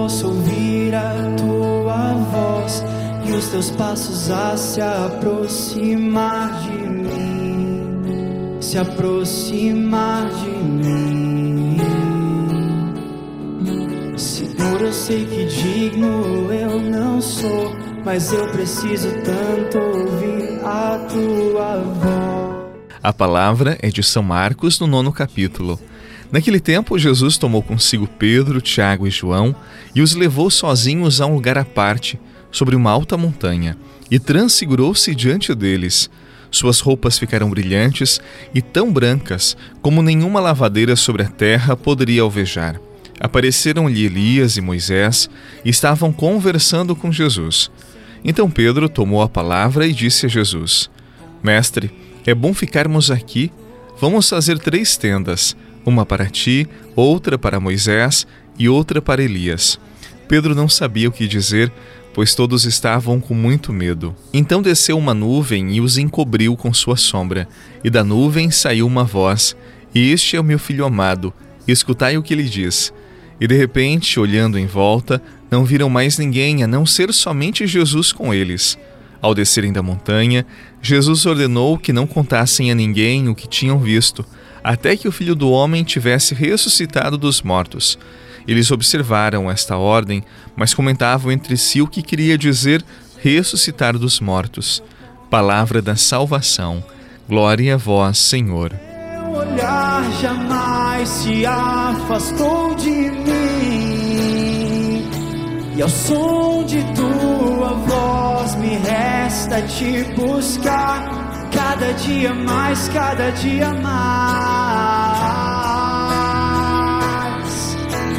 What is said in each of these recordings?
posso ouvir a tua voz e os teus passos a se aproximar de mim, se aproximar de mim. Senhor, eu sei que digno eu não sou, mas eu preciso tanto ouvir a tua voz. A palavra é de São Marcos, no 9º capítulo. Naquele tempo, Jesus tomou consigo Pedro, Tiago e João e os levou sozinhos a um lugar à parte, sobre uma alta montanha, e transfigurou-se diante deles. Suas roupas ficaram brilhantes e tão brancas como nenhuma lavadeira sobre a terra poderia alvejar. Apareceram-lhe Elias e Moisés e estavam conversando com Jesus. Então Pedro tomou a palavra e disse a Jesus: Mestre, é bom ficarmos aqui. Vamos fazer 3 tendas, uma para ti, outra para Moisés e outra para Elias. Pedro não sabia o que dizer, pois todos estavam com muito medo. Então desceu uma nuvem e os encobriu com sua sombra, e da nuvem saiu uma voz: Este é o meu filho amado, escutai o que ele diz. E de repente, olhando em volta, não viram mais ninguém, a não ser somente Jesus com eles. Ao descerem da montanha, Jesus ordenou que não contassem a ninguém o que tinham visto, até que o Filho do Homem tivesse ressuscitado dos mortos. Eles observaram esta ordem, mas comentavam entre si o que queria dizer ressuscitar dos mortos. Palavra da salvação. Glória a vós, Senhor. Meu olhar jamais se afastou de mim, e ao som de tua voz me resta te buscar, cada dia mais, cada dia mais,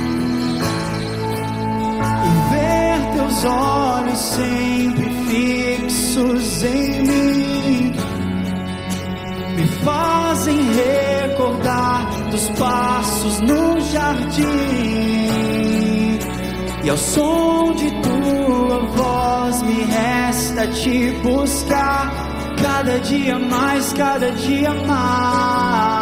e ver teus olhos sempre fixos em mim me fazem recordar dos passos no jardim, e ao som de tua voz me resta te buscar, cada dia mais, cada dia mais.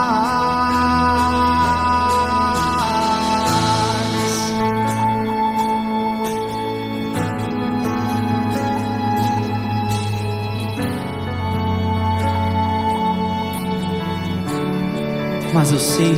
Mas eu sei.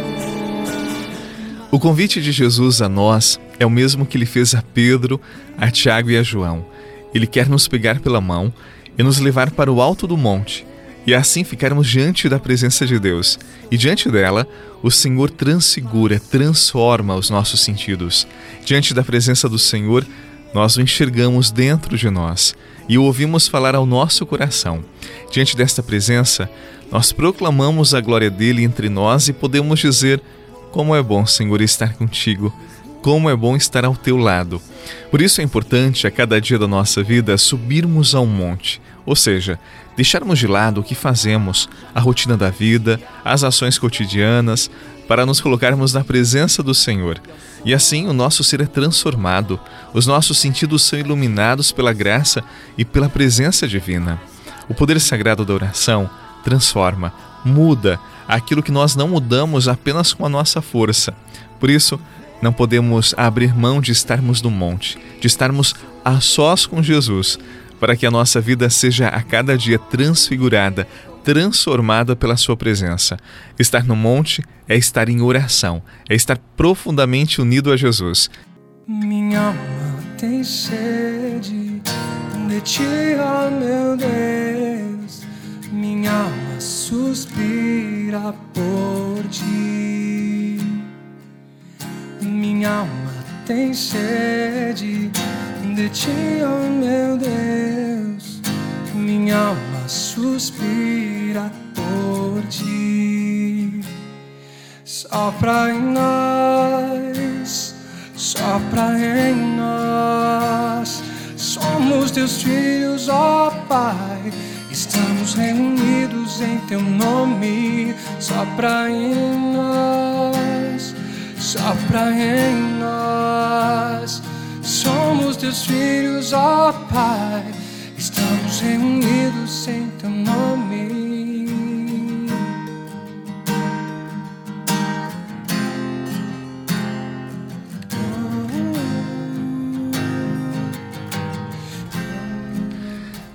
O convite de Jesus a nós é o mesmo que ele fez a Pedro, a Tiago e a João. Ele quer nos pegar pela mão e nos levar para o alto do monte, e assim ficarmos diante da presença de Deus. E diante dela, o Senhor transfigura, transforma os nossos sentidos. Diante da presença do Senhor, nós o enxergamos dentro de nós e o ouvimos falar ao nosso coração. Diante desta presença, nós proclamamos a glória dele entre nós e podemos dizer: como é bom, Senhor, estar contigo, como é bom estar ao teu lado. Por isso é importante a cada dia da nossa vida subirmos a um monte, ou seja, deixarmos de lado o que fazemos, a rotina da vida, as ações cotidianas, para nos colocarmos na presença do Senhor. E assim o nosso ser é transformado, os nossos sentidos são iluminados pela graça e pela presença divina. O poder sagrado da oração transforma, muda aquilo que nós não mudamos apenas com a nossa força. Por isso, não podemos abrir mão de estarmos no monte, de estarmos a sós com Jesus, para que a nossa vida seja a cada dia transfigurada, transformada pela sua presença. Estar no monte é estar em oração, é estar profundamente unido a Jesus. Minha alma tem sede de ti, ó meu Deus. Minha alma suspira por ti. Minha alma tem sede de ti, ó meu Deus. Minha alma suspira por ti. Sopra em nós, sopra em nós. Somos teus filhos, ó Pai. Estamos reunidos em teu nome. Sopra em nós, sopra em nós. Somos teus filhos, ó Pai. Estamos reunidos em teu nome.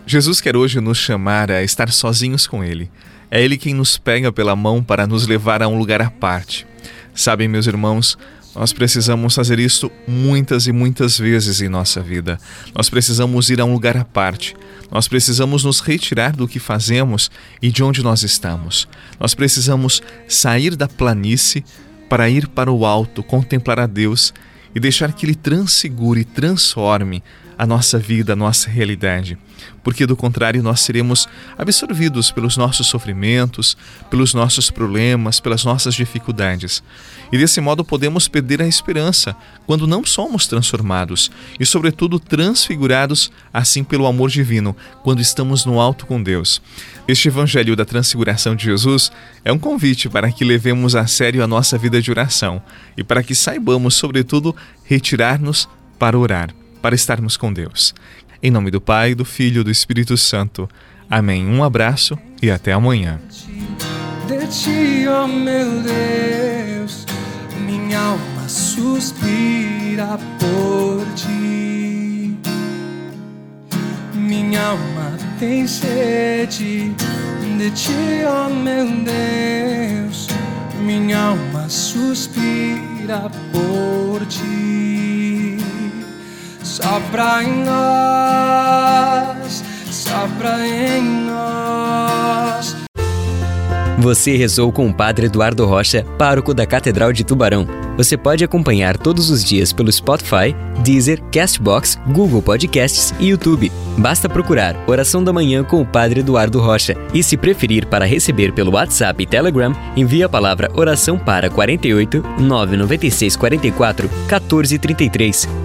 Jesus quer hoje nos chamar a estar sozinhos com Ele. É Ele quem nos pega pela mão para nos levar a um lugar à parte. Sabem, meus irmãos, nós precisamos fazer isto muitas e muitas vezes em nossa vida. Nós precisamos ir a um lugar à parte. Nós precisamos nos retirar do que fazemos e de onde nós estamos. Nós precisamos sair da planície para ir para o alto, contemplar a Deus e deixar que Ele transfigure e transforme a nossa vida, a nossa realidade. Porque do contrário nós seremos absorvidos pelos nossos sofrimentos, pelos nossos problemas, pelas nossas dificuldades. E desse modo podemos perder a esperança quando não somos transformados e sobretudo transfigurados assim pelo amor divino, quando estamos no alto com Deus. Este Evangelho da Transfiguração de Jesus é um convite para que levemos a sério a nossa vida de oração e para que saibamos, sobretudo, retirar-nos para orar, para estarmos com Deus. Em nome do Pai, do Filho e do Espírito Santo. Amém. Um abraço e até amanhã. De ti, ó meu Deus, minha alma suspira por ti. Minha alma tem sede de ti, ó meu Deus, minha alma suspira por ti. Sopra em nós, sopra em nós. Você rezou com o Padre Eduardo Rocha, pároco da Catedral de Tubarão. Você pode acompanhar todos os dias pelo Spotify, Deezer, Castbox, Google Podcasts e YouTube. Basta procurar Oração da Manhã com o Padre Eduardo Rocha. E se preferir para receber pelo WhatsApp e Telegram, envie a palavra oração para 48 996 44 14 33.